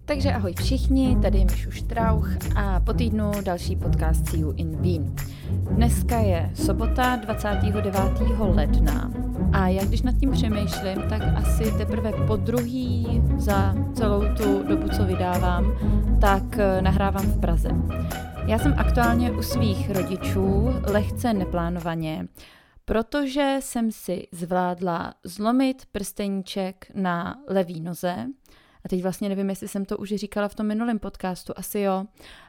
Takže ahoj všichni, tady je Mišu Štrauch a po týdnu další podcast See You in Wien. Dneska je sobota 29. ledna a já když nad tím přemýšlím, tak asi teprve po druhý za celou tu dobu, co vydávám, tak nahrávám v Praze. Já jsem aktuálně u svých rodičů lehce neplánovaně, protože jsem si zvládla zlomit prsteníček na levý noze. A teď vlastně nevím, jestli jsem to už říkala v tom minulém podcastu, asi jo,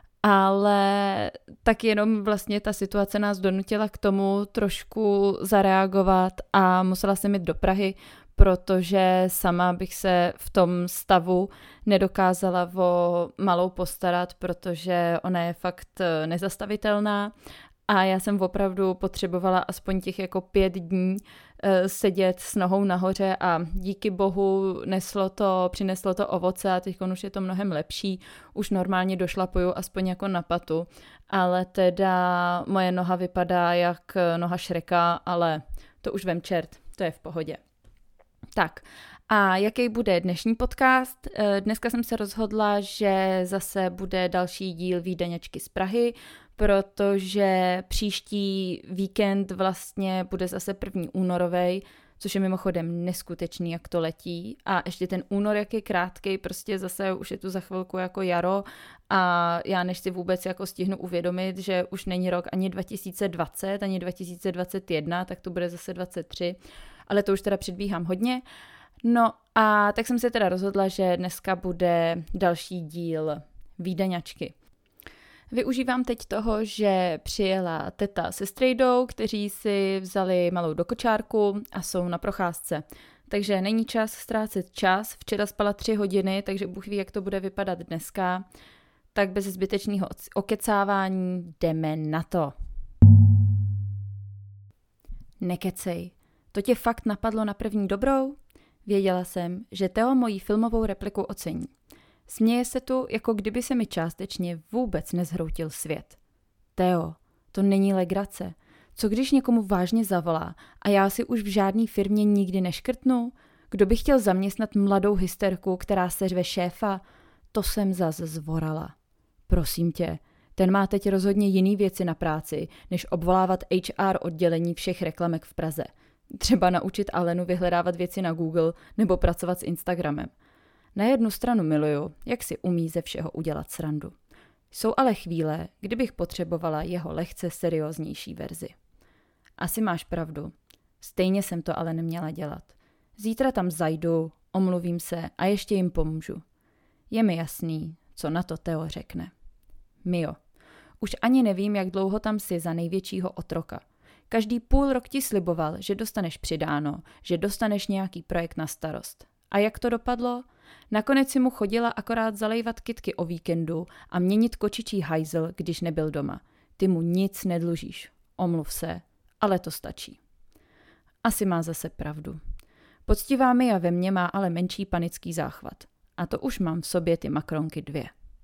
ale tak jenom vlastně ta situace nás donutila k tomu trošku zareagovat a musela jsem jít do Prahy, protože sama bych se v tom stavu nedokázala o malou postarat, protože ona je fakt nezastavitelná a já jsem opravdu potřebovala aspoň těch jako 5 dní sedět s nohou nahoře a díky bohu přineslo to ovoce a teď už je to mnohem lepší. Už normálně došlapuju aspoň jako na patu, ale teda moje noha vypadá jak noha Šreka, ale to už vem čert, to je v pohodě. Tak a jaký bude dnešní podcast? Dneska jsem se rozhodla, že zase bude další díl Vídeňačky z Prahy, protože příští víkend vlastně bude zase 1. únorovej, což je mimochodem neskutečný, jak to letí. A ještě ten únor, jak je krátkej, prostě zase už je tu za chvilku jako jaro a já než si vůbec jako stihnu uvědomit, že už není rok ani 2020, ani 2021, tak to bude zase 23, ale to už teda předbíhám hodně. No a tak jsem se teda rozhodla, že dneska bude další díl Vídeňačky. Využívám teď toho, že přijela teta se strejdou, kteří si vzali malou do kočárku a jsou na procházce. Takže není čas ztrácet čas. Včera spala 3 hodiny, takže Bůh ví, jak to bude vypadat dneska. Tak bez zbytečného okecávání jdeme na to. Nekecej. To tě fakt napadlo na první dobrou? Věděla jsem, že Teo moji filmovou repliku ocení. Směje se tu, jako kdyby se mi částečně vůbec nezhroutil svět. Teo, to není legrace. Co když někomu vážně zavolá a já si už v žádný firmě nikdy neškrtnu? Kdo by chtěl zaměstnat mladou hysterku, která seřve šéfa? To jsem zas zvorala. Prosím tě, ten má teď rozhodně jiný věci na práci, než obvolávat HR oddělení všech reklamek v Praze. Třeba naučit Alenu vyhledávat věci na Google nebo pracovat s Instagramem. Na jednu stranu miluju, jak si umí ze všeho udělat srandu. Jsou ale chvíle, kdybych potřebovala jeho lehce serióznější verzi. Asi máš pravdu. Stejně jsem to ale neměla dělat. Zítra tam zajdu, omluvím se a ještě jim pomůžu. Je mi jasný, co na to Teo řekne. Mio, už ani nevím, jak dlouho tam jsi za největšího otroka. Každý půl rok ti sliboval, že dostaneš přidáno, že dostaneš nějaký projekt na starost. A jak to dopadlo? Nakonec si mu chodila akorát zalejvat kytky o víkendu a měnit kočičí hajzl, když nebyl doma. Ty mu nic nedlužíš. Omluv se, ale to stačí. Asi má zase pravdu. Poctivá Mia ve mně má ale menší panický záchvat. A to už mám v sobě ty makronky 2.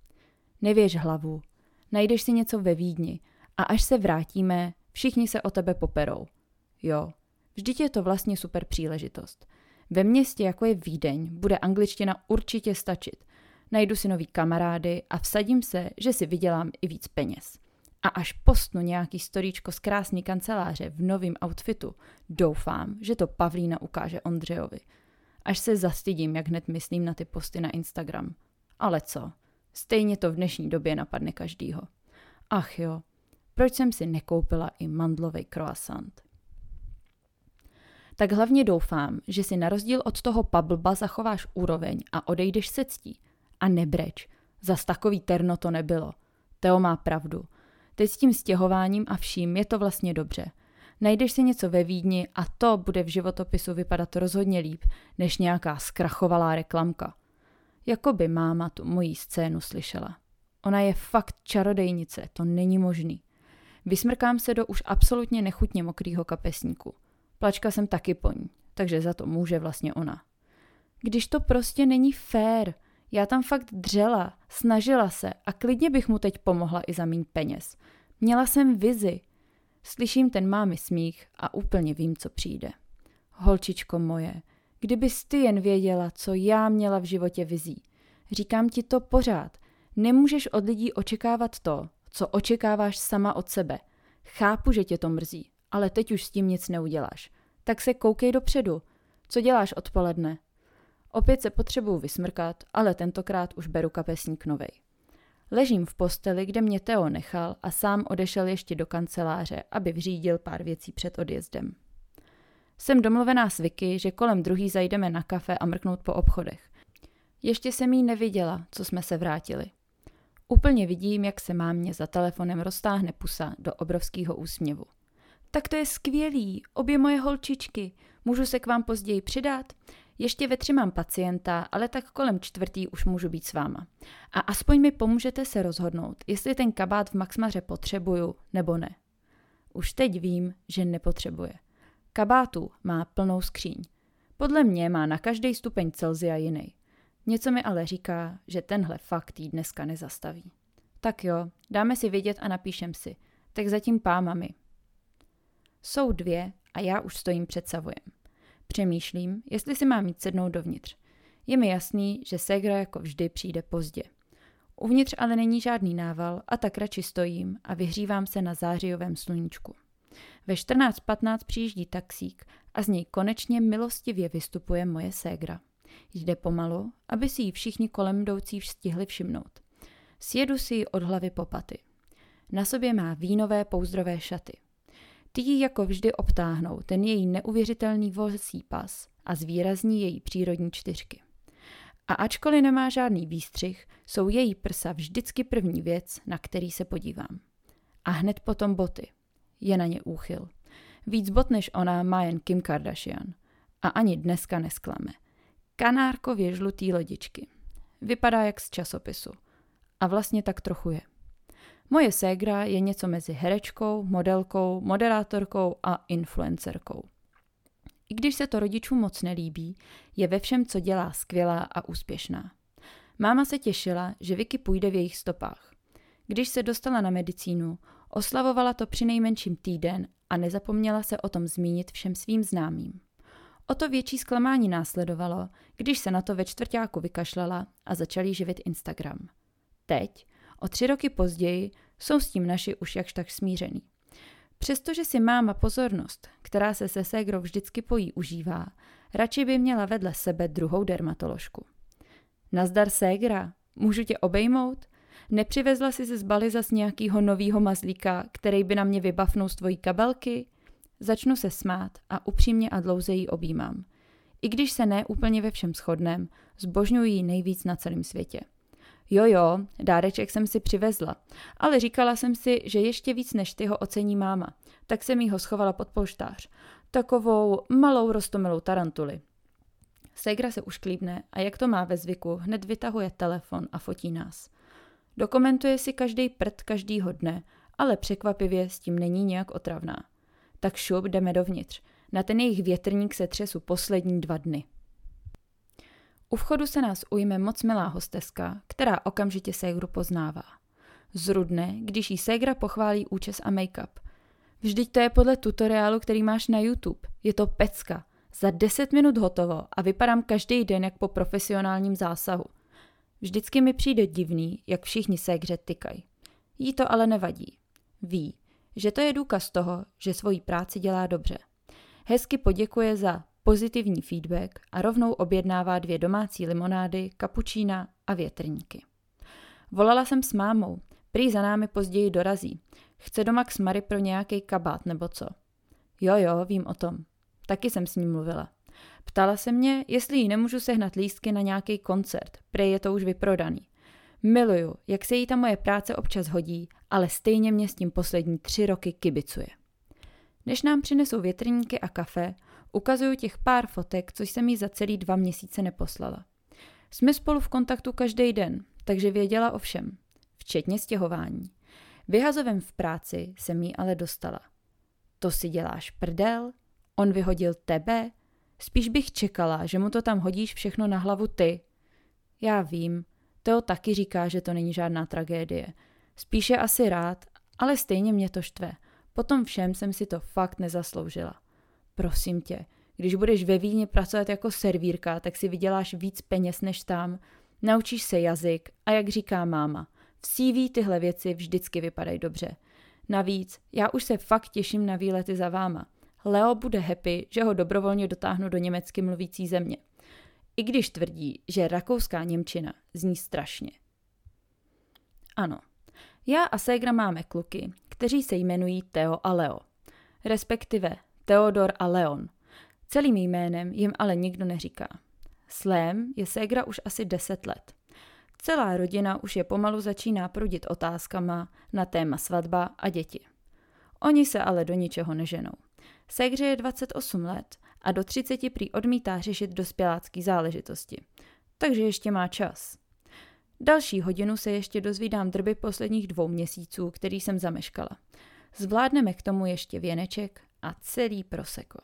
Nevěž hlavu. Najdeš si něco ve Vídni a až se vrátíme, všichni se o tebe poperou. Jo, vždyť je to vlastně super příležitost. Ve městě, jako je Vídeň, bude angličtina určitě stačit. Najdu si nový kamarády a vsadím se, že si vydělám i víc peněz. A až postnu nějaký storíčko z krásný kanceláře v novém outfitu, doufám, že to Pavlína ukáže Ondřejovi. Až se zastydím, jak hned myslím na ty posty na Instagram. Ale co? Stejně to v dnešní době napadne každýho. Ach jo, proč jsem si nekoupila i mandlovej croissant? Tak hlavně doufám, že si na rozdíl od toho pablba zachováš úroveň a odejdeš se ctí. A nebreč, zas takový terno to nebylo. Teo má pravdu. Teď s tím stěhováním a vším je to vlastně dobře. Najdeš si něco ve Vídni a to bude v životopisu vypadat rozhodně líp, než nějaká zkrachovalá reklamka. Jakoby máma tu mojí scénu slyšela. Ona je fakt čarodejnice, to není možný. Vysmrkám se do už absolutně nechutně mokrýho kapesníku. Plačka jsem taky po ní, takže za to může vlastně ona. Když to prostě není fér, já tam fakt dřela, snažila se a klidně bych mu teď pomohla i za míň peněz. Měla jsem vizi. Slyším ten mámy smích a úplně vím, co přijde. Holčičko moje, kdybys ty jen věděla, co já měla v životě vizí. Říkám ti to pořád. Nemůžeš od lidí očekávat to, co očekáváš sama od sebe. Chápu, že tě to mrzí, ale teď už s tím nic neuděláš. Tak se koukej dopředu. Co děláš odpoledne? Opět se potřebuju vysmrkat, ale tentokrát už beru kapesník novej. Ležím v posteli, kde mě Theo nechal a sám odešel ještě do kanceláře, aby vyřídil pár věcí před odjezdem. Jsem domluvená s Vicky, že kolem 2 zajdeme na kafe a mrknout po obchodech. Ještě jsem jí neviděla, co jsme se vrátili. Úplně vidím, jak se mámě za telefonem roztáhne pusa do obrovského úsměvu. Tak to je skvělý, obě moje holčičky. Můžu se k vám později přidat? Ještě ve 3 mám pacienta, ale tak kolem 4 už můžu být s váma. A aspoň mi pomůžete se rozhodnout, jestli ten kabát v Maxmaře potřebuju nebo ne. Už teď vím, že nepotřebuje. Kabátů má plnou skříň. Podle mě má na každý stupeň Celsia jiný. Něco mi ale říká, že tenhle fakt jí dneska nezastaví. Tak jo, dáme si vědět a napíšem si. Tak zatím mami. Jsou 2 a já už stojím před Savoyem. Přemýšlím, jestli si mám jít sednout dovnitř. Je mi jasný, že ségra jako vždy přijde pozdě. Uvnitř ale není žádný nával a tak radši stojím a vyhřívám se na zářijovém sluníčku. Ve 14:15 přijíždí taxík a z něj konečně milostivě vystupuje moje ségra. Jde pomalu, aby si ji všichni kolem jdoucí stihli všimnout. Sjedu si ji od hlavy po paty. Na sobě má vínové pouzdrové šaty. Ty ji jako vždy obtáhnou ten její neuvěřitelný vosí pas a zvýrazní její přírodní 4. A ačkoliv nemá žádný výstřih, jsou její prsa vždycky první věc, na který se podívám. A hned potom boty. Je na ně úchyl. Víc bot než ona má jen Kim Kardashian. A ani dneska nesklame. Kanárkově žlutý lodičky. Vypadá jak z časopisu. A vlastně tak trochu je. Moje ségra je něco mezi herečkou, modelkou, moderátorkou a influencerkou. I když se to rodičům moc nelíbí, je ve všem, co dělá, skvělá a úspěšná. Máma se těšila, že Vicky půjde v jejich stopách. Když se dostala na medicínu, oslavovala to přinejmenším týden a nezapomněla se o tom zmínit všem svým známým. O to větší zklamání následovalo, když se na to ve čtvrťáku vykašlala a začali živit Instagram. Teď, o 3 roky později, jsou s tím naši už jakž tak smířený. Přestože si máma pozornost, která se se ségrou vždycky pojí, užívá, radši by měla vedle sebe druhou dermatoložku. Nazdar ségra, můžu tě obejmout? Nepřivezla si se z Bali zas nějakýho novýho mazlíka, který by na mě vybafnul z tvojí kabelky? Začnu se smát a upřímně a dlouze ji objímám. I když se ne úplně ve všem shodnem, zbožňuji ji nejvíc na celém světě. Jo, dáreček jsem si přivezla, ale říkala jsem si, že ještě víc než ty ho ocení máma, tak jsem jí ho schovala pod polštář. Takovou malou roztomilou tarantuli. Ségra se už klíbne a jak to má ve zvyku, hned vytahuje telefon a fotí nás. Dokumentuje si každý prd každýho dne, ale překvapivě s tím není nějak otravná. Tak šup, jdeme dovnitř. Na ten jejich větrník se třesu poslední 2 dny. U vchodu se nás ujme moc milá hosteska, která okamžitě ségru poznává. Zrudne, když jí ségra pochválí účes a make-up. Vždyť to je podle tutoriálu, který máš na YouTube. Je to pecka. Za 10 minut hotovo a vypadám každý den jak po profesionálním zásahu. Vždycky mi přijde divný, jak všichni ségře tykají. Jí to ale nevadí. Ví, že to je důkaz toho, že svoji práci dělá dobře. Hezky poděkuje za pozitivní feedback a rovnou objednává 2 domácí limonády, kapučína a větrníky. Volala jsem s mámou, prý za námi později dorazí. Chce do Maxmary pro nějaký kabát nebo co. Jo, vím o tom. Taky jsem s ním mluvila. Ptala se mě, jestli jí nemůžu sehnat lístky na nějaký koncert, prej je to už vyprodaný. Miluju, jak se jí ta moje práce občas hodí, ale stejně mě s tím poslední 3 roky kibicuje. Než nám přinesou větrníky a kafe, ukazuju těch pár fotek, co jsem jí za celý 2 měsíce neposlala. Jsme spolu v kontaktu každý den, takže věděla o všem, včetně stěhování. Vyhazovem v práci jsem jí ale dostala. To si děláš prdel? On vyhodil tebe? Spíš bych čekala, že mu to tam hodíš všechno na hlavu ty. Já vím, Theo taky říká, že to není žádná tragédie. Spíše asi rád, ale stejně mě to štve. Potom všem jsem si to fakt nezasloužila. Prosím tě, když budeš ve Vídni pracovat jako servírka, tak si vyděláš víc peněz než tam. naučíš se jazyk a jak říká máma, v CV tyhle věci vždycky vypadají dobře. Navíc, já už se fakt těším na výlety za váma. Leo bude happy, že ho dobrovolně dotáhnu do německy mluvící země. I když tvrdí, že rakouská němčina zní strašně. Ano, já a ségra máme kluky, kteří se jmenují Theo a Leo. Respektive Theodor a Leon. Celým jménem jim ale nikdo neříká. S Lem je ségra už asi 10 let. Celá rodina už je pomalu začíná prudit otázkama na téma svatba a děti. Oni se ale do ničeho neženou. Ségře je 28 let a do 30 prý odmítá řešit dospělácký záležitosti. Takže ještě má čas. Další hodinu se ještě dozvídám drby posledních 2 měsíců, který jsem zameškala. Zvládneme k tomu ještě věneček a celý proseko.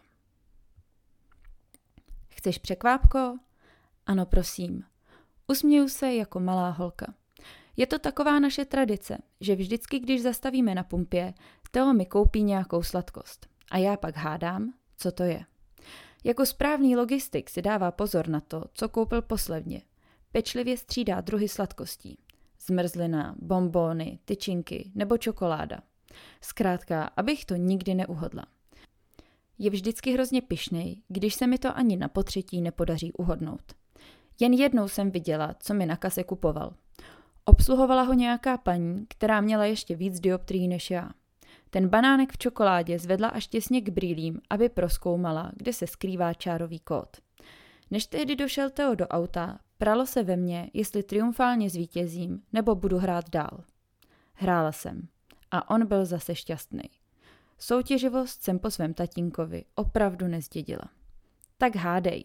Chceš překvápko? Ano, prosím. Usměju se jako malá holka. Je to taková naše tradice, že vždycky, když zastavíme na pumpě, Theo mi koupí nějakou sladkost. A já pak hádám, co to je. Jako správný logistik si dává pozor na to, co koupil posledně. Pečlivě střídá druhy sladkostí. Zmrzlina, bonbóny, tyčinky nebo čokoláda. Zkrátka, abych to nikdy neuhodla. Je vždycky hrozně pyšnej, když se mi to ani na potřetí nepodaří uhodnout. Jen jednou jsem viděla, co mi na kase kupoval. Obsluhovala ho nějaká paní, která měla ještě víc dioptrií než já. Ten banánek v čokoládě zvedla až těsně k brýlím, aby prozkoumala, kde se skrývá čárový kód. Než tehdy došel Theo do auta, pralo se ve mně, jestli triumfálně zvítězím, nebo budu hrát dál. Hrála jsem. A on byl zase šťastný. Soutěživost jsem po svém tatínkovi opravdu nezdědila. Tak hádej.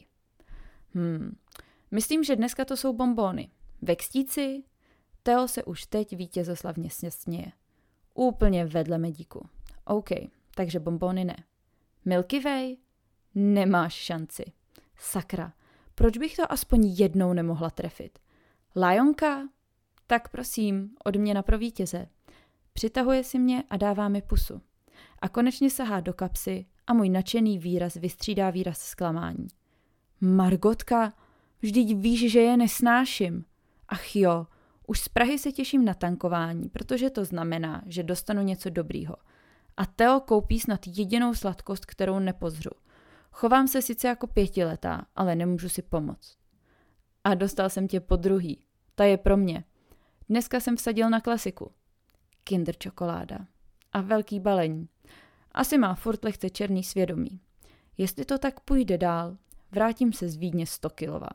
Myslím, že dneska to jsou bonbóny. Ve kstíci? Theo se už teď vítězoslavně směje. Úplně vedle medíku. OK, takže bonbóny ne. Milky Way? Nemáš šanci. Sakra, proč bych to aspoň jednou nemohla trefit? Lionka? Tak prosím, odměna pro vítěze. Přitahuje si mě a dává mi pusu. A konečně sahá do kapsy a můj nadšený výraz vystřídá výraz zklamání. Margotka, vždyť víš, že je nesnáším. Ach jo, už z Prahy se těším na tankování, protože to znamená, že dostanu něco dobrýho. A Theo koupí snad jedinou sladkost, kterou nepozřu. Chovám se sice jako 5letá, ale nemůžu si pomoct. A dostal jsem tě podruhý. Ta je pro mě. Dneska jsem vsadil na klasiku. Kinder čokoláda. A velký balení. Asi má furt lehce černý svědomí. Jestli to tak půjde dál, vrátím se z Vídně 100kilová.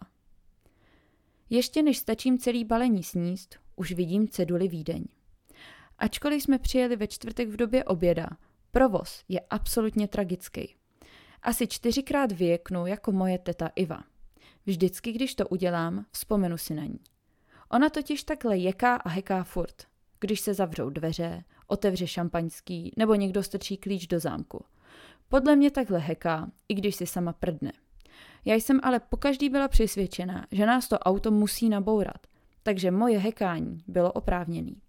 Ještě než stačím celý balení sníst, už vidím ceduli Vídeň. Ačkoliv jsme přijeli ve čtvrtek v době oběda, provoz je absolutně tragický. Asi 4krát vyjeknu jako moje teta Iva. Vždycky, když to udělám, vzpomenu si na ní. Ona totiž takhle jeká a heká furt. Když se zavřou dveře, otevře šampaňský nebo někdo strčí klíč do zámku. Podle mě takhle heká, i když si sama prdne. Já jsem ale pokaždý byla přesvědčena, že nás to auto musí nabourat, takže moje hekání bylo oprávněný.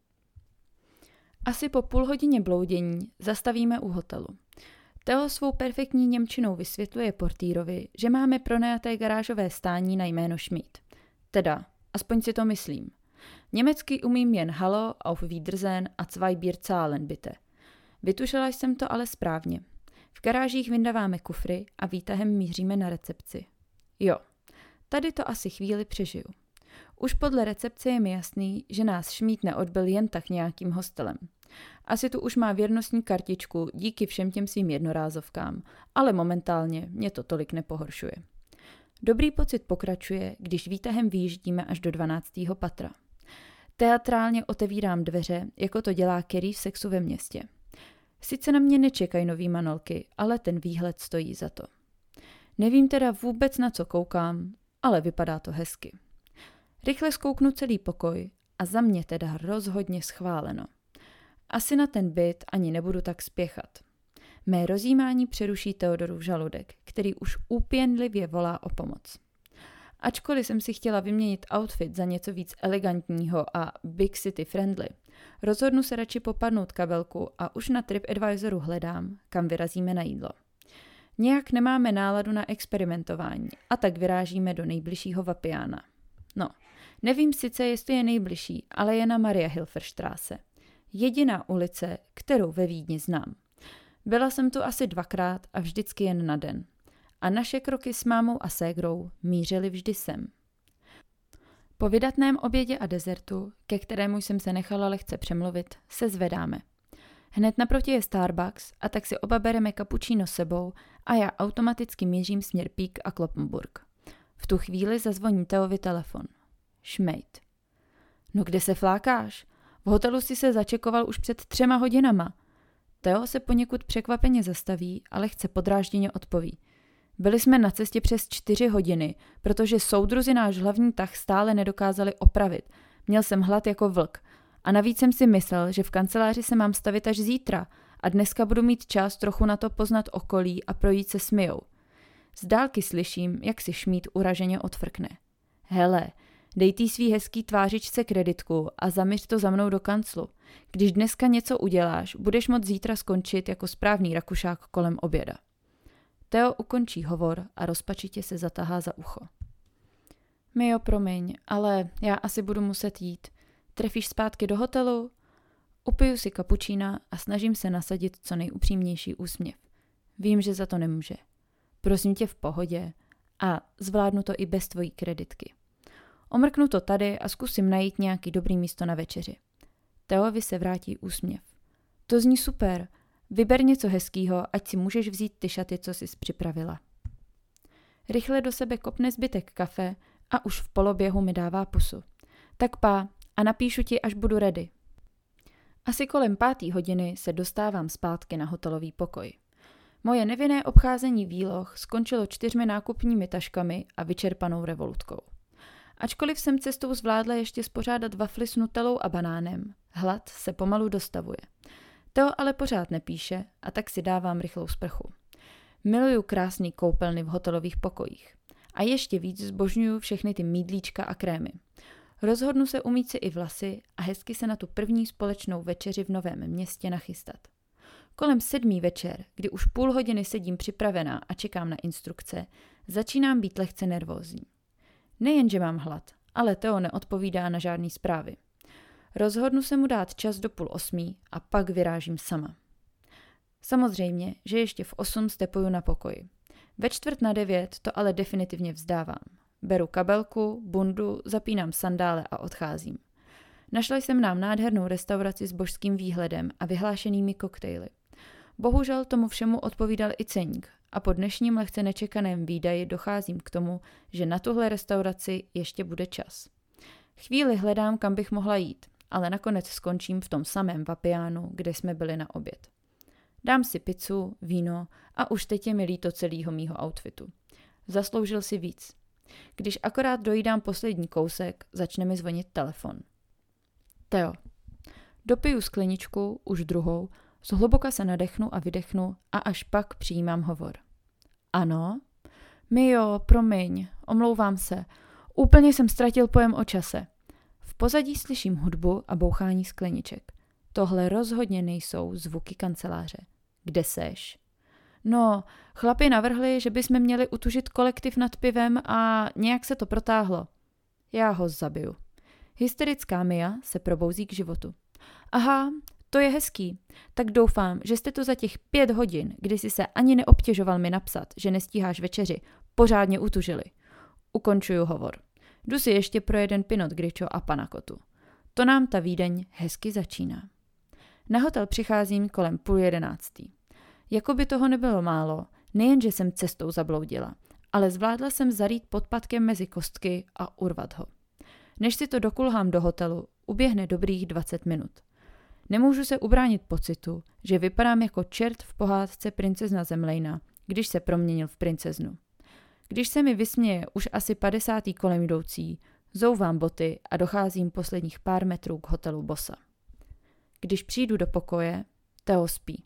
Asi po půl hodině bloudění zastavíme u hotelu. Theo svou perfektní němčinou vysvětluje portýrovi, že máme pronajaté garážové stání na jméno Schmid. Teda, aspoň si to myslím. Německy umím jen Hallo, auf Wiedersehen a zwei Bier zahlen bitte. Vytušila jsem to ale správně. V garážích vyndáváme kufry a výtahem míříme na recepci. Jo, tady to asi chvíli přežiju. Už podle recepce je mi jasný, že nás Schmid neodbyl jen tak nějakým hostelem. Asi tu už má věrnostní kartičku díky všem těm svým jednorázovkám, ale momentálně mě to tolik nepohoršuje. Dobrý pocit pokračuje, když výtahem vyjíždíme až do 12. patra. Teatrálně otevírám dveře, jako to dělá Carrie v Sexu ve městě. Sice na mě nečekají nový manolky, ale ten výhled stojí za to. Nevím teda vůbec, na co koukám, ale vypadá to hezky. Rychle zkouknu celý pokoj a za mě teda rozhodně schváleno. Asi na ten byt ani nebudu tak spěchat. Mé rozjímání přeruší Theodorův žaludek, který už úpěnlivě volá o pomoc. Ačkoliv jsem si chtěla vyměnit outfit za něco víc elegantního a big city friendly, rozhodnu se radši popadnout kabelku a už na TripAdvisoru hledám, kam vyrazíme na jídlo. Nějak nemáme náladu na experimentování a tak vyrážíme do nejbližšího Vapiána. No, Nevím sice, jestli je nejbližší, ale je na Mariahilferstraße. Jediná ulice, kterou ve Vídni znám. Byla jsem tu asi 2krát a vždycky jen na den. A naše kroky s mámou a ségrou mířily vždy sem. Po vydatném obědě a dezertu, ke kterému jsem se nechala lehce přemluvit, se zvedáme. Hned naproti je Starbucks a tak si oba bereme kapučíno sebou a já automaticky mířím směr Pík a Kloppenburg. V tu chvíli zazvoní Teovi telefon. Šmejt. No kde se flákáš? V hotelu si se začekoval už před 3 hodinama. Teo se poněkud překvapeně zastaví a lehce podrážděně odpoví. Byli jsme na cestě přes 4 hodiny, protože soudruzi náš hlavní tah stále nedokázali opravit. Měl jsem hlad jako vlk. A navíc jsem si myslel, že v kanceláři se mám stavit až zítra a dneska budu mít čas trochu na to poznat okolí a projít se s Mijou. Z dálky slyším, jak si Šmíd uraženě odfrkne. Hele, dej tý svý hezký tvářičce kreditku a zaměř to za mnou do kanclu. Když dneska něco uděláš, budeš moct zítra skončit jako správný Rakušák kolem oběda. Teo ukončí hovor a rozpačitě se zatahá za ucho. Mijo, promiň, ale já asi budu muset jít. Trefíš zpátky do hotelu? Upiju si kapučína a snažím se nasadit co nejupřímnější úsměv. Vím, že za to nemůže. Prosím tě v pohodě a zvládnu to i bez tvojí kreditky. Omrknu to tady a zkusím najít nějaký dobrý místo na večeři. Teovi se vrátí úsměv. To zní super. Vyber něco hezkýho, ať si můžeš vzít ty šaty, co jsi připravila. Rychle do sebe kopne zbytek kafe a už v poloběhu mi dává pusu. Tak pá, a napíšu ti, až budu ready. Asi kolem 5. hodiny se dostávám zpátky na hotelový pokoj. Moje nevinné obcházení výloh skončilo 4 nákupními taškami a vyčerpanou revolutkou. Ačkoliv jsem cestou zvládla ještě spořádat wafly s nutelou a banánem, hlad se pomalu dostavuje. Teo ale pořád nepíše a tak si dávám rychlou sprchu. Miluju krásný koupelny v hotelových pokojích. A ještě víc zbožňuju všechny ty mýdlíčka a krémy. Rozhodnu se umýt si i vlasy a hezky se na tu první společnou večeři v Novém Městě nachystat. Kolem 7 večer, kdy už půl hodiny sedím připravená a čekám na instrukce, začínám být lehce nervózní. Nejen, že mám hlad, ale Teo neodpovídá na žádný zprávy. Rozhodnu se mu dát čas do 7:30 a pak vyrážím sama. Samozřejmě, že ještě v 8 stepuju na pokoji. Ve 8:45 to ale definitivně vzdávám. Beru kabelku, bundu, zapínám sandále a odcházím. Našla jsem nám nádhernou restauraci s božským výhledem a vyhlášenými koktejly. Bohužel tomu všemu odpovídal i ceník a po dnešním lehce nečekaném výdaji docházím k tomu, že na tuhle restauraci ještě bude čas. Chvíli hledám, kam bych mohla jít, ale nakonec skončím v tom samém Vapiánu, kde jsme byli na oběd. Dám si pizzu, víno a už teď je mi líto celého mýho outfitu. Zasloužil si víc. Když akorát dojídám poslední kousek, začne mi zvonit telefon. Teo. Dopiju skleničku, už druhou, zhluboka se nadechnu a vydechnu a až pak přijímám hovor. Ano? Mijo, promiň, omlouvám se. Úplně jsem ztratil pojem o čase. V pozadí slyším hudbu a bouchání skleniček. Tohle rozhodně nejsou zvuky kanceláře. Kde seš? No, chlapi navrhli, že bychom měli utužit kolektiv nad pivem a nějak se to protáhlo. Já ho zabiju. Hysterická Mia se probouzí k životu. Aha, to je hezký. Tak doufám, že jste to za těch 5 hodin, kdy jsi se ani neobtěžoval mi napsat, že nestíháš večeři, pořádně utužili. Ukončuju hovor. Jdu si ještě pro jeden Pinot Grigio a panakotu. To nám ta Vídeň hezky začíná. Na hotel přicházím kolem 10:30. Jako by toho nebylo málo, nejenže jsem cestou zabloudila, ale zvládla jsem zarýt podpatkem mezi kostky a urvat ho. Než si to dokulhám do hotelu, uběhne dobrých 20 minut. Nemůžu se ubránit pocitu, že vypadám jako čert v pohádce Princezna Zemlejna, když se proměnil v princeznu. Když se mi vysměje už asi 50. kolem jdoucí, zouvám boty a docházím posledních pár metrů k hotelu bossa. Když přijdu do pokoje, Teo spí.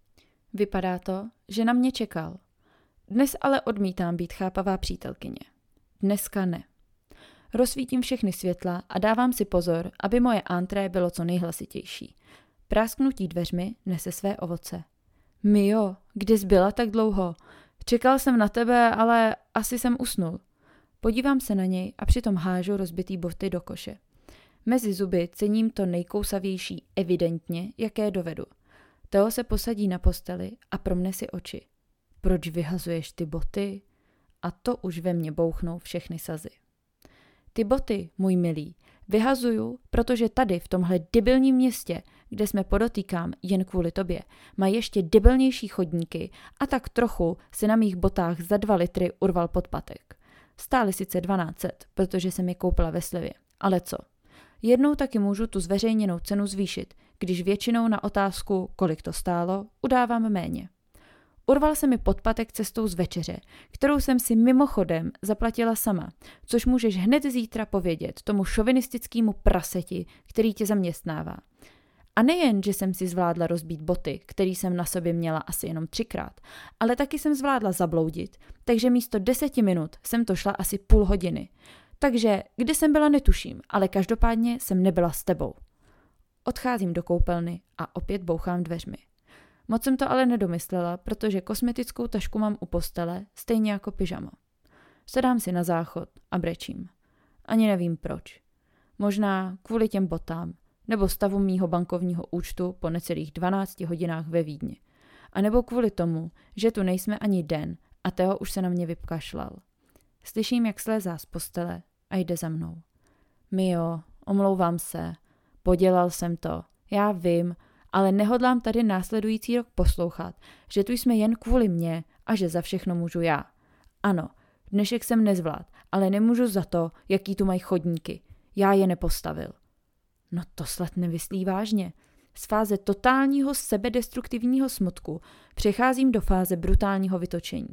Vypadá to, že na mě čekal. Dnes ale odmítám být chápavá přítelkyně. Dneska ne. Rozsvítím všechny světla a dávám si pozor, aby moje antré bylo co nejhlasitější. Prásknutí dveřmi nese své ovoce. Mio, kde jsi byla tak dlouho? Čekal jsem na tebe, ale asi jsem usnul. Podívám se na něj a přitom hážu rozbitý boty do koše. Mezi zuby cením to nejkousavější evidentně, jaké dovedu. Theo se posadí na posteli a promne si oči. Proč vyhazuješ ty boty? A to už ve mně bouchnou všechny sazy. Ty boty, můj milý, vyhazuju, protože tady v tomhle debilním městě, kde jsme podotýkám jen kvůli tobě, mají ještě debilnější chodníky a tak trochu se na mých botách za 2 litry urval podpatek. Stály sice 1200, protože jsem je koupila ve slevě, ale co? Jednou taky můžu tu zveřejněnou cenu zvýšit, když většinou na otázku, kolik to stálo, udávám méně. Urval se mi podpatek cestou z večeře, kterou jsem si mimochodem zaplatila sama, což můžeš hned zítra povědět tomu šovinistickému praseti, který tě zaměstnává. A nejen, že jsem si zvládla rozbít boty, který jsem na sobě měla asi jenom 3krát, ale taky jsem zvládla zabloudit, takže místo 10 minut jsem to šla asi půl hodiny. Takže kde jsem byla netuším, ale každopádně jsem nebyla s tebou. Odcházím do koupelny a opět bouchám dveřmi. Moc jsem to ale nedomyslela, protože kosmetickou tašku mám u postele, stejně jako pyžamo. Sedám si na záchod a brečím. Ani nevím proč. Možná kvůli těm botám, nebo stavu mýho bankovního účtu po necelých 12 hodinách ve Vídni. A nebo kvůli tomu, že tu nejsme ani den a Theo už se na mě vypkašlal. Slyším, jak slézá z postele a jde za mnou. Mio, omlouvám se, podělal jsem to, já vím, ale nehodlám tady následující rok poslouchat, že tu jsme jen kvůli mně a že za všechno můžu já. Ano, dnešek jsem nezvlád, ale nemůžu za to, jaký tu mají chodníky. Já je nepostavil. No to snad nemyslí vážně. Z fáze totálního sebedestruktivního smutku přecházím do fáze brutálního vytočení.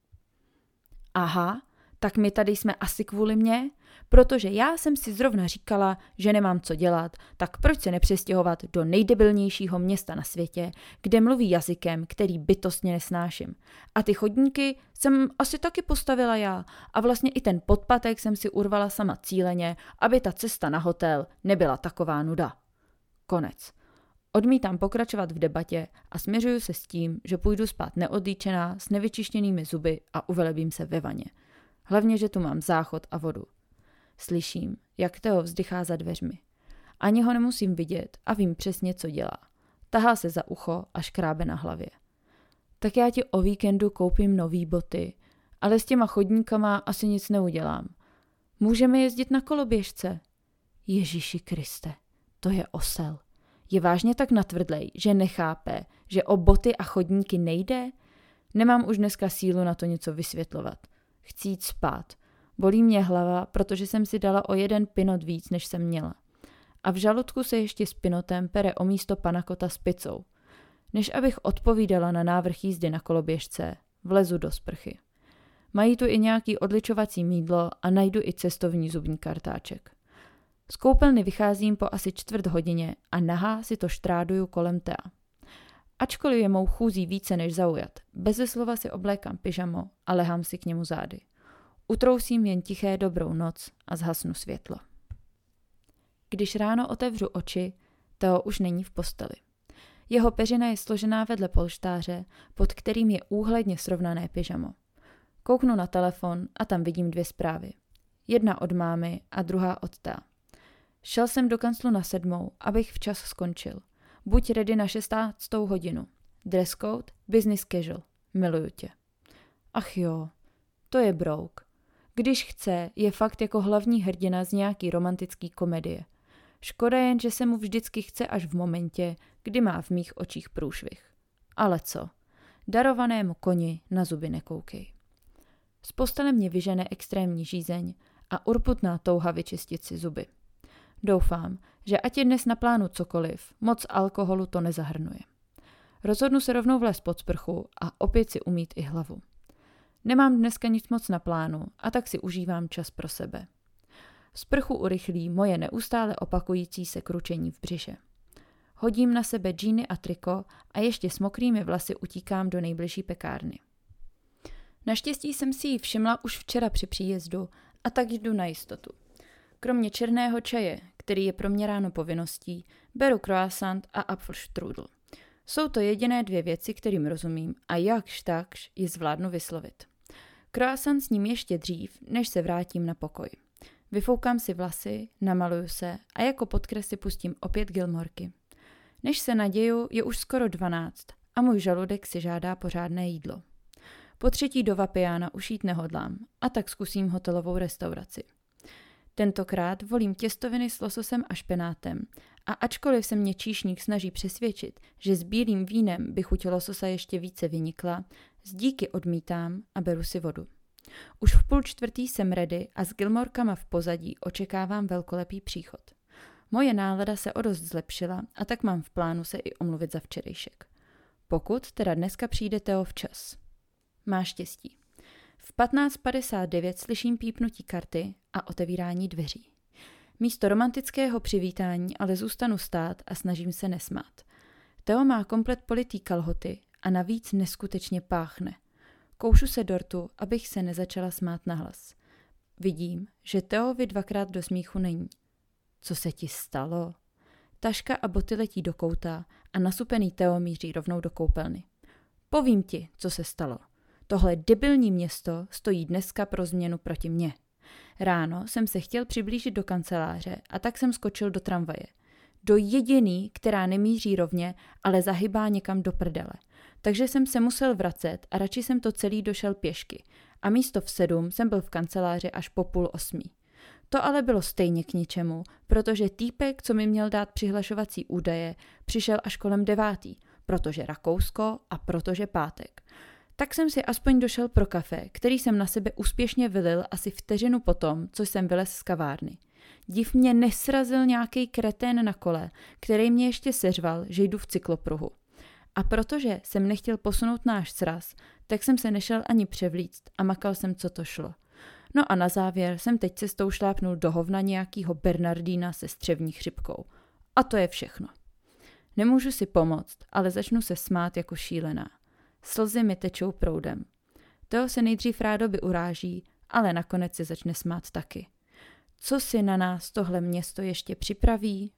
Aha, tak my tady jsme asi kvůli mně? Protože já jsem si zrovna říkala, že nemám co dělat, tak proč se nepřestěhovat do nejdebilnějšího města na světě, kde mluví jazykem, který bytostně nesnáším. A ty chodníky jsem asi taky postavila já a vlastně i ten podpatek jsem si urvala sama cíleně, aby ta cesta na hotel nebyla taková nuda. Konec. Odmítám pokračovat v debatě a směřuju se s tím, že půjdu spát neodlíčená s nevyčištěnými zuby a uvelebím se ve vaně. Hlavně, že tu mám záchod a vodu. Slyším, jak Theo vzdychá za dveřmi. Ani ho nemusím vidět a vím přesně, co dělá. Tahá se za ucho a škrábe na hlavě. Tak já ti o víkendu koupím nový boty, ale s těma chodníkama asi nic neudělám. Můžeme jezdit na koloběžce. Ježíši Kriste, to je osel. Je vážně tak natvrdlej, že nechápe, že o boty a chodníky nejde? Nemám už dneska sílu na to něco vysvětlovat. Chci jít spát. Bolí mě hlava, protože jsem si dala o 1 pinot víc, než jsem měla. A v žaludku se ještě s pinotem pere o místo panakota s pizzou. Než abych odpovídala na návrh jízdy na koloběžce, vlezu do sprchy. Mají tu i nějaký odličovací mýdlo a najdu i cestovní zubní kartáček. Z koupelny vycházím po asi 1/4 hodině a nahá si to štráduju kolem Thea. Ačkoliv je mou chůzí více než zaujat, beze slova si oblékám pyžamo a lehám si k němu zády. Utrousím jen tiché dobrou noc a zhasnu světlo. Když ráno otevřu oči, Theo už není v posteli. Jeho peřina je složená vedle polštáře, pod kterým je úhledně srovnané pyžamo. Kouknu na telefon a tam vidím 2 zprávy. Jedna od mámy a druhá od Thea. Šel jsem do kanclu na 7, abych včas skončil. Buď ready na 16. hodinu. Dress code, business casual. Miluju tě. Ach jo, to je brouk. Když chce, je fakt jako hlavní hrdina z nějaký romantický komedie. Škoda jen, že se mu vždycky chce až v momentě, kdy má v mých očích průšvih. Ale co? Darovanému koni na zuby nekoukej. Z postele mě vyžene extrémní žízeň a urputná touha vyčistit si zuby. Doufám, že ať je dnes na plánu cokoliv, moc alkoholu to nezahrnuje. Rozhodnu se rovnou vlézt pod sprchu a opět si umýt i hlavu. Nemám dneska nic moc na plánu a tak si užívám čas pro sebe. Sprchu urychlí moje neustále opakující se kručení v břiše. Hodím na sebe džíny a triko a ještě s mokrými vlasy utíkám do nejbližší pekárny. Naštěstí jsem si ji všimla už včera při příjezdu a tak jdu na jistotu. Kromě černého čaje, který je pro mě ráno povinností, beru croissant a apfelstrudel. Jsou to jediné 2 věci, kterým rozumím a jakž takž ji zvládnu vyslovit. Croissant sním ještě dřív, než se vrátím na pokoj. Vyfoukám si vlasy, namaluju se a jako podkres si pustím opět Gilmorky. Než se naděju, je už skoro 12 a můj žaludek si žádá pořádné jídlo. Po třetí do Vapiána už jít nehodlám a tak zkusím hotelovou restauraci. Tentokrát volím těstoviny s lososem a špenátem a ačkoliv se mě číšník snaží přesvědčit, že s bílým vínem by chuť lososa ještě více vynikla, z díky odmítám a beru si vodu. Už v 3:30 jsem ready a s Gilmorkama v pozadí očekávám velkolepý příchod. Moje nálada se o dost zlepšila a tak mám v plánu se i omluvit za včerejšek. Pokud teda dneska přijde Teo včas. Má štěstí. V 15:59 slyším pípnutí karty a otevírání dveří. Místo romantického přivítání ale zůstanu stát a snažím se nesmát. Teo má komplet politý kalhoty a navíc neskutečně páchne. Koušu se dortu, abych se nezačala smát nahlas. Vidím, že Teovi 2krát do smíchu není. Co se ti stalo? Taška a boty letí do kouta a nasupený Teo míří rovnou do koupelny. Povím ti, co se stalo. Tohle debilní město stojí dneska pro změnu proti mně. Ráno jsem se chtěl přiblížit do kanceláře a tak jsem skočil do tramvaje. Do jediný, která nemíří rovně, ale zahybá někam do prdele. Takže jsem se musel vracet a radši jsem to celý došel pěšky. A místo v 7 jsem byl v kanceláři až po 7:30. To ale bylo stejně k ničemu, protože týpek, co mi měl dát přihlašovací údaje, přišel až kolem 9, protože Rakousko a protože pátek. Tak jsem si aspoň došel pro kafe, který jsem na sebe úspěšně vylil asi vteřinu potom, co jsem vylez z kavárny. Div mě nesrazil nějaký kretén na kole, který mě ještě seřval, že jdu v cyklopruhu. A protože jsem nechtěl posunout náš sraz, tak jsem se nešel ani převlíct a makal jsem, co to šlo. No a na závěr jsem teď cestou šlápnul do hovna nějakýho Bernardína se střevní chřipkou. A to je všechno. Nemůžu si pomoct, ale začnu se smát jako šílená. Slzy mi tečou proudem. Teo se nejdřív rádoby uráží, ale nakonec se začne smát taky. Co si na nás tohle město ještě připraví?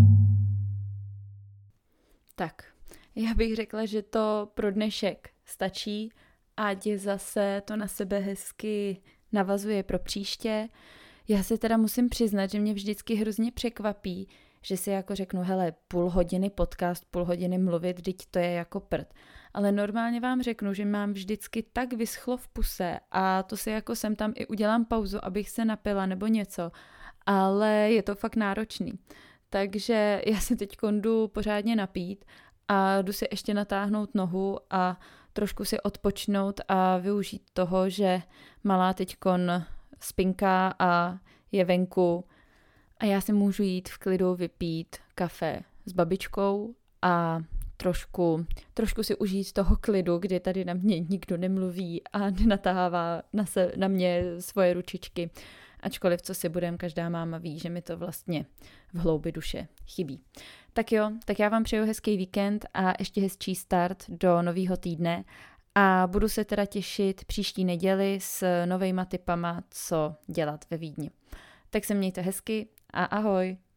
Tak, já bych řekla, že to pro dnešek stačí, ať zase to na sebe hezky navazuje pro příště. Já se teda musím přiznat, že mě vždycky hrozně překvapí, že si jako řeknu, hele, 0,5 hodiny podcast, 0,5 hodiny mluvit, vždyť to je jako prd. Ale normálně vám řeknu, že mám vždycky tak vyschlo v puse a to si jako sem tam i udělám pauzu, abych se napila nebo něco, ale je to fakt náročný. Takže já se teď jdu pořádně napít a jdu si ještě natáhnout nohu a trošku si odpočnout a využít toho, že malá teďkon spinká a je venku a já si můžu jít v klidu vypít kafe s babičkou a trošku si užít toho klidu, kdy tady na mě nikdo nemluví a nenatahává na mě svoje ručičky. Ačkoliv co si budem, každá máma ví, že mi to vlastně v hloubi duše chybí. Tak jo, tak já vám přeju hezký víkend a ještě hezčí start do nového týdne a budu se teda těšit příští neděli s novejma tipama, co dělat ve Vídni. Tak se mějte hezky a ahoj!